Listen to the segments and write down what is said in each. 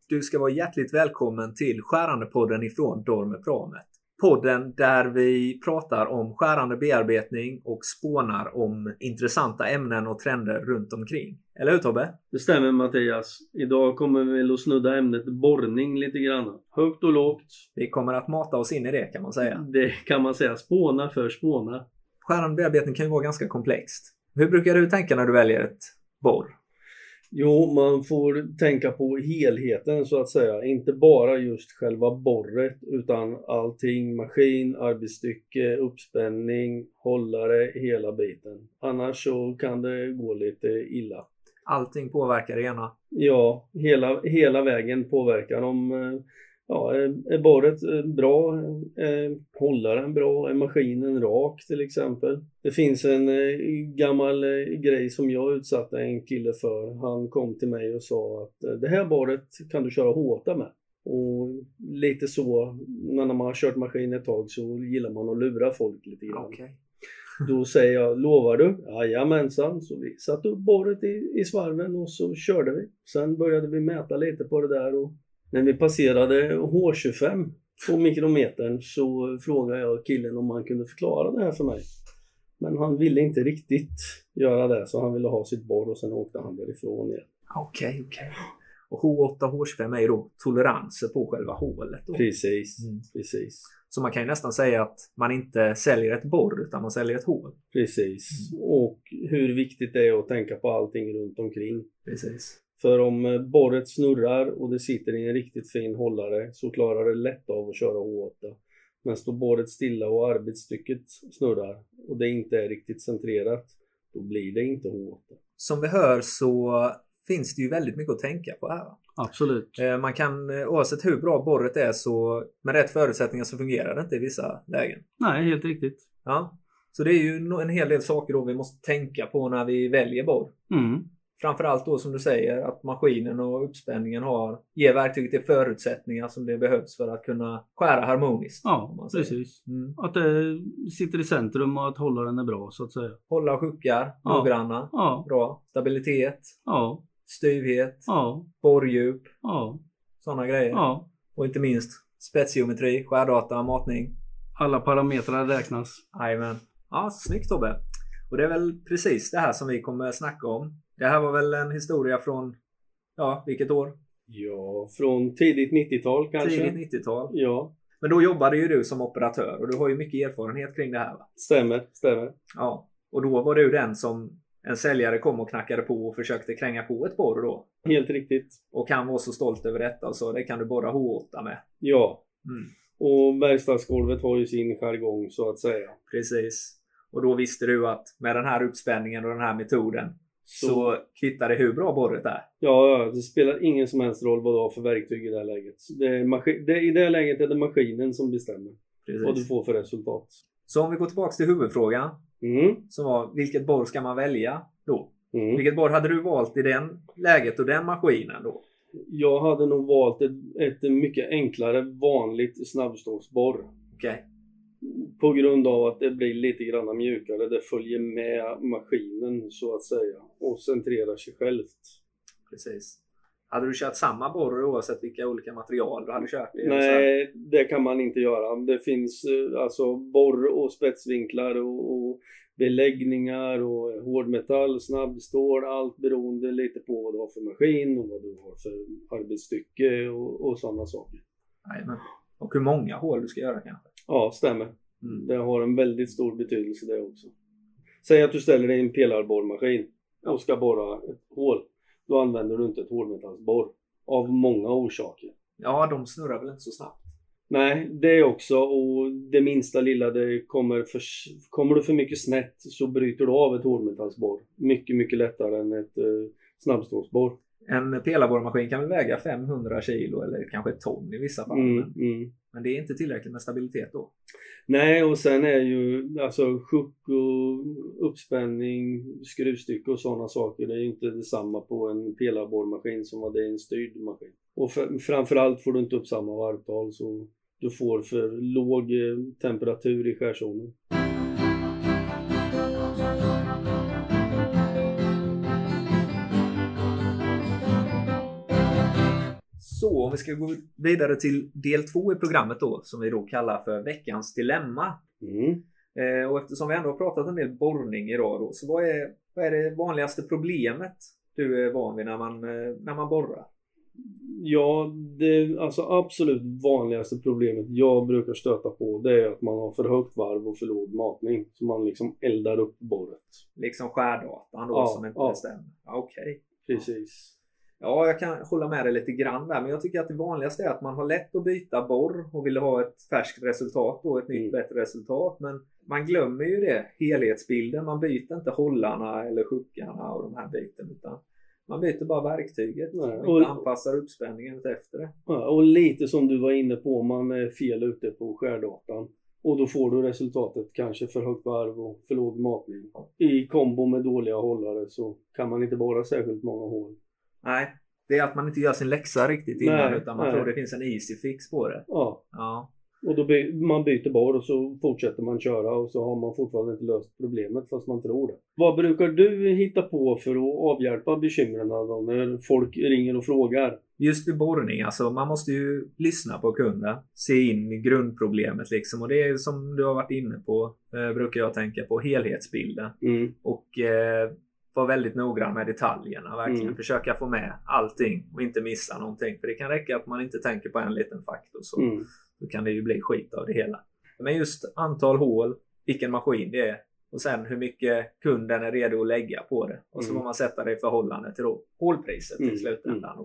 du ska vara hjärtligt välkommen till Skärandepodden ifrån Dormepramet. Podden där vi pratar om skärande bearbetning och spånar om intressanta ämnen och trender runt omkring. Eller hur Tobbe? Det stämmer Mattias. Idag kommer vi att snudda ämnet borrning lite grann. Högt och lågt. Vi kommer att mata oss in i det kan man säga. Det kan man säga. Spåna för spåna. Skärande bearbetning kan ju vara ganska komplext. Hur brukar du tänka när du väljer ett borr? Jo, man får tänka på helheten så att säga. Inte bara just själva borret utan allting, maskin, arbetsstycke, uppspänning, hållare, hela biten. Annars så kan det gå lite illa. Allting påverkar det ena? Ja, hela vägen påverkar. Är borret bra, hållaren bra, är maskinen rak till exempel. Det finns en gammal grej som jag utsatte en kille för. Han kom till mig och sa att det här borret kan du köra håta med. Och lite så, när man har kört maskin ett tag så gillar man att lura folk lite grann. Okay. Då säger jag, lovar du? Jajamensan. Så vi satte upp borret i svarven och så körde vi. Sen började vi mäta lite på det där och när vi passerade H25 på mikrometern så frågade jag killen om han kunde förklara det här för mig. Men han ville inte riktigt göra det så han ville ha sitt borr och sen åkte han därifrån igen. Okej. Och H8 och H25 är ju då toleranser på själva hålet då. Precis. Så man kan ju nästan säga att man inte säljer ett borr utan man säljer ett hål. Precis. Och hur viktigt det är att tänka på allting runt omkring. Precis. För om borret snurrar och det sitter i en riktigt fin hållare så klarar det lätt av att köra H8. Men står borret stilla och arbetsstycket snurrar och det inte är riktigt centrerat, då blir det inte H8. Som vi hör så finns det ju väldigt mycket att tänka på här. Absolut. Man kan, oavsett hur bra borret är så med rätt förutsättningar så fungerar det inte i vissa lägen. Nej, helt riktigt. Ja. Så det är ju en hel del saker då vi måste tänka på när vi väljer borr. Framförallt då som du säger att maskinen och uppspänningen ger verktyget de förutsättningar som det behövs för att kunna skära harmoniskt. Ja, precis. Att det sitter i centrum och att hållaren är bra så att säga. Hålla och sjuckar, noggranna, bra. Stabilitet, styvhet, borrdjup, sådana grejer. Och inte minst spetsgeometri, skärdata, matning. Alla parametrar räknas. Jajamän. Ja, snyggt Tobbe. Och det är väl precis det här som vi kommer snacka om. Det här var väl en historia från, vilket år? Ja, från tidigt 90-tal kanske. Tidigt 90-tal? Ja. Men då jobbade ju du som operatör och du har ju mycket erfarenhet kring det här va? Stämmer. Ja, och då var du den som en säljare kom och knackade på och försökte kränga på ett borr då. Helt riktigt. Och han var så stolt över detta och så det kan du borra H8 med. Ja, och verkstadsgolvet har ju sin jargong så att säga. Precis. Och då visste du att med den här uppspänningen och den här metoden så kvittar det hur bra borret är. Ja, det spelar ingen som helst roll vad du har för verktyg i det här läget. I det här läget är det maskinen som bestämmer. Precis. Vad du får för resultat. Så om vi går tillbaka till huvudfrågan. Som var, vilket borr ska man välja då? Vilket borr hade du valt i den läget och den maskinen då? Jag hade nog valt ett mycket enklare vanligt snabbstålsborr. Okej. På grund av att det blir lite grann mjukare. Det följer med maskinen så att säga. Och centrerar sig självt. Precis. Hade du kört samma borr oavsett vilka olika material du hade kört i? Nej, det kan man inte göra. Det finns alltså borr och spetsvinklar och beläggningar och hårdmetall, snabbstål. Allt beroende lite på vad du har för maskin och vad du har för arbetsstycke och sådana saker. Jajamän. Och hur många hål du ska göra kanske? Ja, stämmer. Det har en väldigt stor betydelse det också. Säg att du ställer dig i en pelarborrmaskin och ska borra ett hål. Då använder du inte ett hårdmetallsborr. Av många orsaker. Ja, de snurrar väl inte så snabbt. Nej, det också. Och det minsta lilla, kommer du för mycket snett så bryter du av ett hårdmetallsborr. Mycket, mycket lättare än ett snabbstålsborr. En pelarborrmaskin kan väl väga 500 kilo eller kanske ett ton i vissa fall. Men det är inte tillräckligt med stabilitet då. Nej, och sen är ju alltså sjuck och uppspänning, skruvstycke och sådana saker. Det är ju inte detsamma på en pelarborrmaskin som vad det är en styrd maskin. Och framförallt får du inte upp samma varvtal så du får för låg temperatur i skärzonen. Så om vi ska gå vidare till del 2 i programmet då, som vi då kallar för veckans dilemma. Och eftersom vi ändå har pratat en del borrning idag då, så vad är det vanligaste problemet du är van vid när man borrar? Ja, det alltså absolut vanligaste problemet jag brukar stöta på, det är att man har för högt varv och för låg matning. Så man liksom eldar upp borret. Liksom skärdatan då som inte stämmer. Okej. Precis. Ja, jag kan hålla med dig lite grann där. Men jag tycker att det vanligaste är att man har lätt att byta borr och vill ha ett färskt resultat och ett nytt bättre resultat. Men man glömmer ju det, helhetsbilden. Man byter inte hållarna eller sjukarna och de här biten, utan man byter bara verktyget och anpassar uppspänningen efter det. Ja, och lite som du var inne på, man är fel ute på skärdatan. Och då får du resultatet kanske för högt varv och för låg matning. I kombo med dåliga hållare så kan man inte borra särskilt många hål. Nej, det är att man inte gör sin läxa riktigt innan, utan man tror det finns en easy fix på det. Ja. Och då man byter borr och så fortsätter man köra och så har man fortfarande inte löst problemet fast man tror det. Vad brukar du hitta på för att avhjälpa bekymren då när folk ringer och frågar? Just vid borrning, alltså man måste ju lyssna på kunden, se in i grundproblemet liksom, och det är som du har varit inne på, brukar jag tänka på helhetsbilden och vara väldigt noggrann med detaljerna, verkligen försöka få med allting och inte missa någonting, för det kan räcka att man inte tänker på en liten faktor så då kan det ju bli skit av det hela. Men just antal hål, vilken maskin det är och sen hur mycket kunden är redo att lägga på det. Och så får man sätta det i förhållande till då hålpriset i slutändan.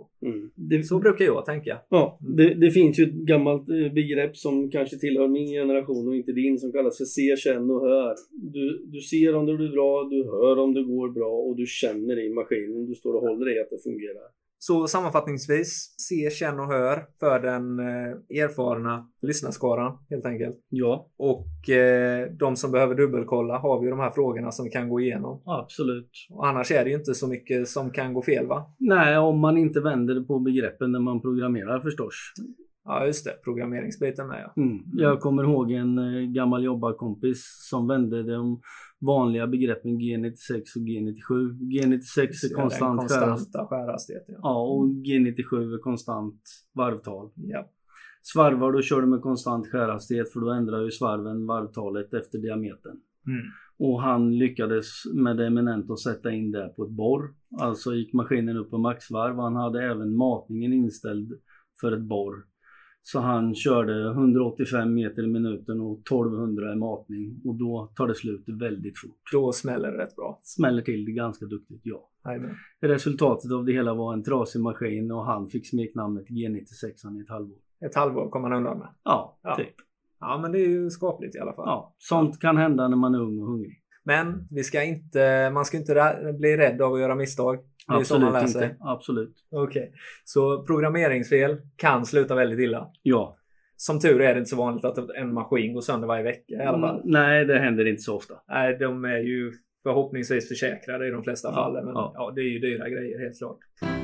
Så brukar jag tänka. Ja, det finns ju ett gammalt begrepp som kanske tillhör min generation och inte din, som kallas för se, känn och hör. Du ser om det blir bra, du hör om det går bra och du känner i maskinen. Du står och håller i att det fungerar. Så sammanfattningsvis, se, känn och hör för den erfarna lyssnarskaran helt enkelt. Ja. Och de som behöver dubbelkolla har vi de här frågorna som vi kan gå igenom. Absolut. Och annars är det ju inte så mycket som kan gå fel, va? Nej, om man inte vänder på begreppen när man programmerar förstås. Ja, just det. Programmeringsbiten med, ja. Jag kommer ihåg en gammal jobbarkompis som vände de vanliga begreppen G96 och G97. G96 är konstant skärhastighet. Ja, och G97 är konstant varvtal. Ja. Svarvar, då kör du med konstant skärhastighet, för då ändrar ju svarven varvtalet efter diametern. Och han lyckades med det eminent att sätta in det på ett borr. Alltså gick maskinen upp på maxvarv. Han hade även matningen inställd för ett borr. Så han körde 185 meter i minuten och 1200 i matning. Och då tar det slut väldigt fort. Då smäller det rätt bra. Smäller till det ganska duktigt, ja. Amen. Resultatet av det hela var en trasig maskin och han fick smeknamnet G96 i ett halvår. Ett halvår kom man undan med. Ja, typ. Ja, men det är ju skapligt i alla fall. Ja, sånt kan hända när man är ung och hungrig. Men man ska inte bli rädd av att göra misstag. Det är absolut så man lär sig. Inte. Absolut. Okej. Så programmeringsfel kan sluta väldigt illa. Ja. Som tur är det inte så vanligt att en maskin går sönder varje vecka i alla fall. Nej, det händer inte så ofta. Nej, de är ju förhoppningsvis försäkrade i de flesta fallen. Men ja, det är ju dyra grejer, helt klart.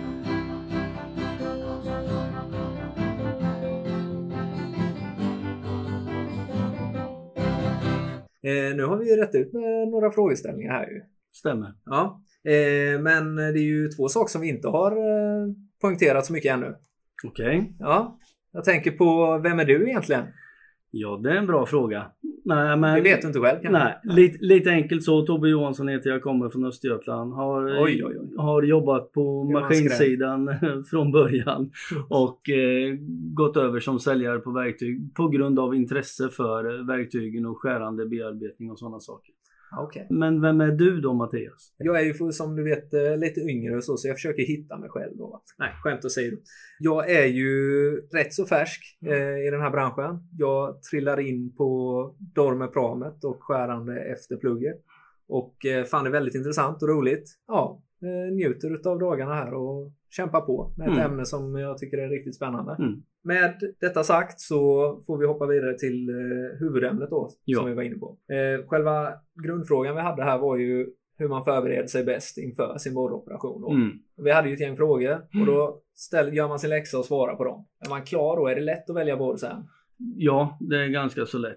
Nu har vi ju rätt ut med några frågeställningar här ju. Stämmer. Ja. Men det är ju 2 saker som vi inte har poängterat så mycket ännu. Okej. Ja. Jag tänker på, vem är du egentligen? Ja, det är en bra fråga. Nej, men det vet du inte själv kanske? Nej, lite enkelt så. Tobbe Johansson heter jag, kommer från Östergötland. Har jobbat på maskinsidan från början. Och gått över som säljare på verktyg på grund av intresse för verktygen och skärande bearbetning och sådana saker. Okay. Men vem är du då, Mattias? Jag är ju, som du vet, lite yngre och så jag försöker hitta mig själv då. Nej, skämt åsido. Jag är ju rätt så färsk i den här branschen. Jag trillar in på Dormer-pramet och skärande efter plugget. Och fann det väldigt intressant och roligt. Ja, njuter utav dagarna här och kämpar på med ett ämne som jag tycker är riktigt spännande. Med detta sagt så får vi hoppa vidare till huvudämnet då, som vi var inne på. Själva grundfrågan vi hade här var ju hur man förbereder sig bäst inför sin borroperation. Vi hade ju ett gäng frågor och då gör man sin läxa och svarar på dem. Är man klar då? Är det lätt att välja borr sen? Ja, det är ganska så lätt.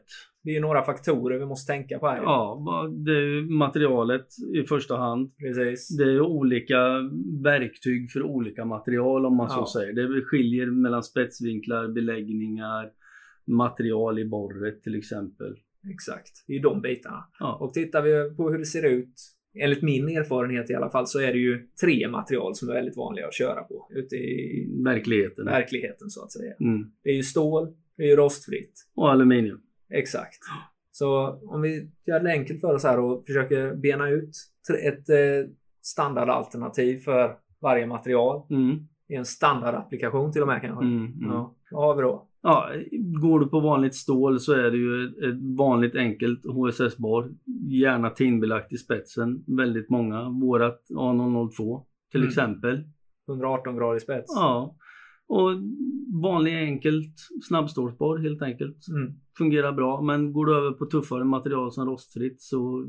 Det är ju några faktorer vi måste tänka på här. Ja, det är ju materialet i första hand. Precis. Det är ju olika verktyg för olika material om man så säger. Det skiljer mellan spetsvinklar, beläggningar, material i borret till exempel. Exakt, det är ju de bitarna. Ja. Och tittar vi på hur det ser ut, enligt min erfarenhet i alla fall, så är det ju 3 material som är väldigt vanliga att köra på ute i verkligheten så att säga. Det är ju stål, det är ju rostfritt. Och aluminium. Exakt. Så om vi gör det enkelt för oss här och försöker bena ut ett standardalternativ för varje material. I en standardapplikation till och med kanske. Ja. Vad har vi då? Ja, går du på vanligt stål så är det ju ett vanligt enkelt HSS-borr. Gärna tinbelagt i spetsen. Väldigt många. Vårat A002 till exempel. 118 grader i spets. Ja. Och vanlig enkelt snabbstålsborr helt enkelt. Fungerar bra. Men går du över på tuffare material som rostfritt så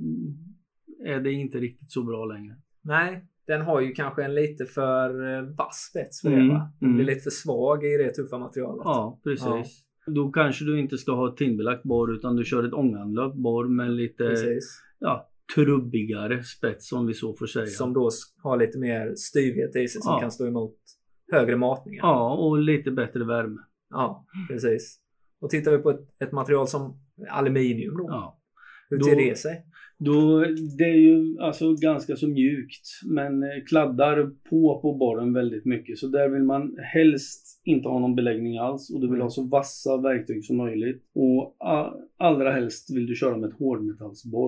är det inte riktigt så bra längre. Nej. Den har ju kanske en lite för vass spets för det, va? Den blir lite för svag i det tuffa materialet. Ja, precis. Ja. Då kanske du inte ska ha ett tinbelagt borr utan du kör ett ånganlöpt borr med lite trubbigare spets om vi så får säga. Som då har lite mer styvhet i sig som kan stå emot högre matningar. Ja, och lite bättre värme. Ja, precis. Och tittar vi på ett material som aluminium då. Hur ter det sig? Det är ju alltså ganska så mjukt men kladdar på borren väldigt mycket. Så där vill man helst inte ha någon beläggning alls och du vill ha så vassa verktyg som möjligt. Och allra helst vill du köra med ett hårdmetallsborr.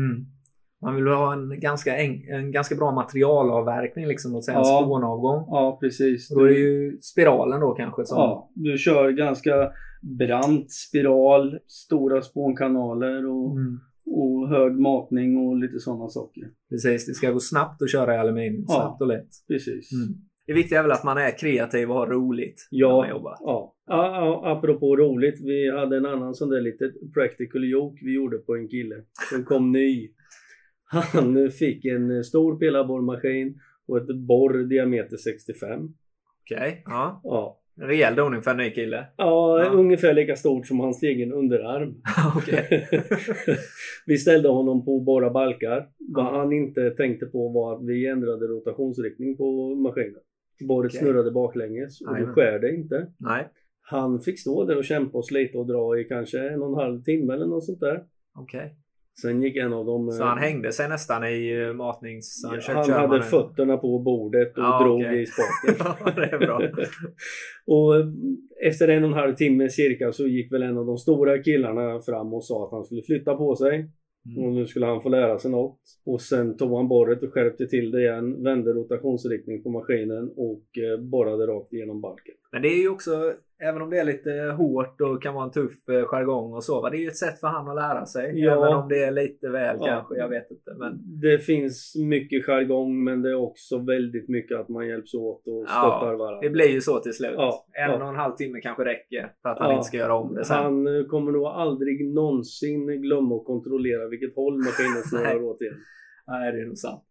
Man vill ha en ganska bra materialavverkning liksom, låt säga en spånavgång. Ja, precis. Då är det ju spiralen då kanske. Som... Ja, du kör ganska brant spiral, stora spånkanaler och hög matning och lite sådana saker. Precis, det ska gå snabbt att köra i aluminium. Snabbt och lätt. Precis. Det viktiga är väl att man är kreativ och har roligt när man jobbar. Ja, apropå roligt. Vi hade en annan sån där litet practical joke vi gjorde på en kille som kom ny. Han fick en stor pelarborrmaskin och ett borr diameter 65. Okej, ja. En rejäl doning för en ny kille. Ja, ungefär lika stort som hans egen underarm. Vi ställde honom på borra balkar. Vad han inte tänkte på var att vi ändrade rotationsriktning på maskinen. Borret snurrade baklänges och det skär det inte. Nej. Han fick stå där och kämpa och slita och dra i kanske 1,5 timme eller något sånt där. Okej. Sen gick en av dem... Så han hängde sig nästan i matnings... Han hade fötterna på bordet och drog i spaken. Det är bra. Och efter 1,5 timme cirka så gick väl en av de stora killarna fram och sa att han skulle flytta på sig. Och nu skulle han få lära sig något. Och sen tog han borret och skärpte till det igen. Vände rotationsriktning på maskinen och borrade rakt igenom balken. Men det är ju också, även om det är lite hårt och kan vara en tuff jargong och så, det är ju ett sätt för han att lära sig. Även om det är lite väl kanske, jag vet inte. Men... Det finns mycket jargong men det är också väldigt mycket att man hjälps åt och stöttar varandra. Det blir ju så till slut. 1,5 timme kanske räcker för att han inte ska göra om det sen. Han kommer nog aldrig någonsin glömma att kontrollera vilket håll maskinen snurrar åt igen. Nej, det är nog sant.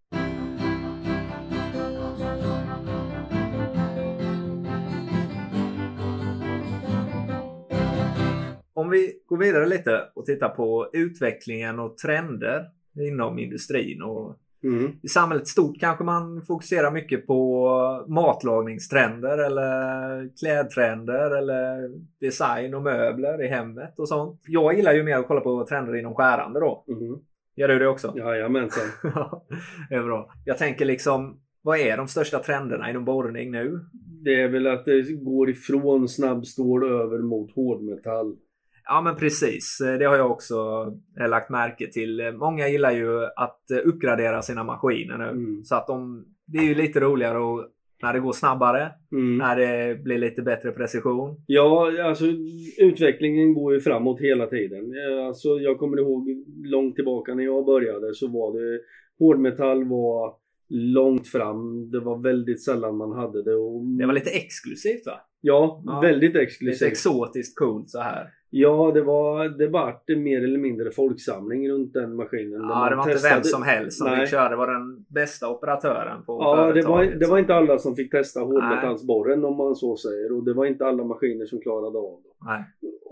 Om vi går vidare lite och tittar på utvecklingen och trender inom industrin och i samhället stort kanske man fokuserar mycket på matlagningstrender eller klädtrender eller design och möbler i hemmet och sånt. Jag gillar ju mer att kolla på trender inom skärande då. Gör du det också? Jajamensan. Det är bra. Jag tänker liksom, vad är de största trenderna inom borrning nu? Det är väl att det går ifrån snabbstål över mot hårdmetall. Ja men precis, det har jag också lagt märke till. Många gillar ju att uppgradera sina maskiner nu. Så att det är ju lite roligare och när det går snabbare, när det blir lite bättre precision. Ja, alltså utvecklingen går ju framåt hela tiden. Alltså, jag kommer ihåg långt tillbaka när jag började så var det hårdmetall var långt fram. Det var väldigt sällan man hade det. Och... Det var lite exklusivt va? Ja, väldigt exklusivt. Lite exotiskt coolt så här. Ja, det var mer eller mindre folksamling runt den maskinen. Ja, det var inte vem som helst som fick köra. Det var den bästa operatören på företaget. Det var inte alla som fick testa hårdmetallsborren om man så säger. Och det var inte alla maskiner som klarade av det. Nej.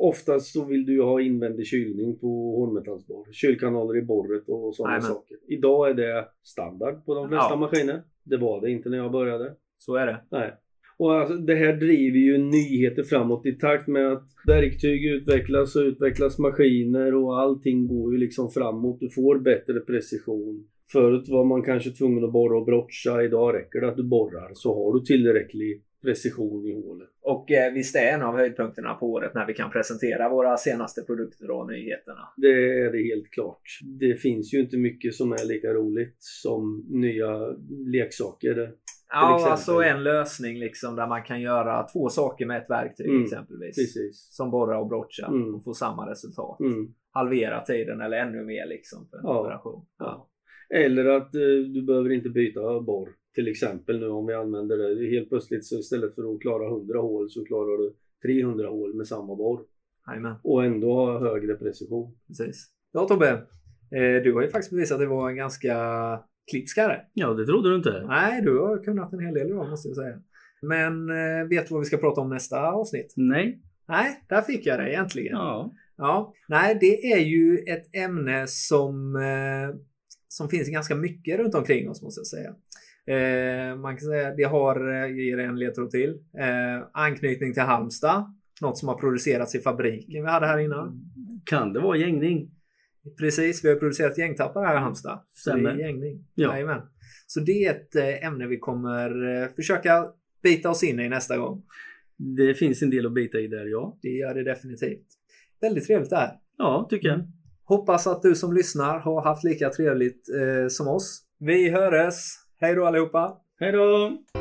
oftast så vill du ju ha invändig kylning på hårdmetallsborr. Kylkanaler i borret och sådana saker. Idag är det standard på de flesta maskiner. Det var det inte när jag började. Så är det. Nej. Och alltså, det här driver ju nyheter framåt i takt med att verktyg utvecklas och utvecklas maskiner och allting går ju liksom framåt. Du får bättre precision. Förut var man kanske tvungen att borra och brotcha. Idag räcker det att du borrar så har du tillräcklig precision i hålet. Och visst är en av höjdpunkterna på året när vi kan presentera våra senaste produkter och nyheterna. Det är det helt klart. Det finns ju inte mycket som är lika roligt som nya leksaker. Ja, alltså en lösning liksom där man kan göra 2 saker med ett verktyg exempelvis. Precis. Som borra och brotcha och få samma resultat. Halvera tiden eller ännu mer liksom för en operation. Ja. Eller att du behöver inte byta borr. Till exempel nu om vi använder det helt plötsligt så istället för att klara 100 hål så klarar du 300 hål med samma borr. Amen. Och ändå ha högre precision. Precis. Ja Tobbe, du har ju faktiskt bevisat att det var en ganska klippskare. Ja, det trodde du inte. Nej, du har kunnat en hel del idag måste jag säga. Men vet du vad vi ska prata om nästa avsnitt? Nej. Nej, där fick jag det egentligen. Ja. Nej, det är ju ett ämne som finns ganska mycket runt omkring oss måste jag säga. Man kan säga att det har, ger en ledtråd till, anknytning till Halmstad. Något som har producerats i fabriken vi hade här innan. Kan det vara gängning? Precis, vi har producerat gängtappar här i Halmstad. Stämmer. Det är gängning. Ja. Jajamän. Så det är ett ämne vi kommer försöka bita oss in i nästa gång. Det finns en del att bita i där, ja. Det gör det definitivt. Väldigt trevligt det här. Ja, tycker jag. Hoppas att du som lyssnar har haft lika trevligt som oss. Vi hörs. Hej då allihopa. Hej då.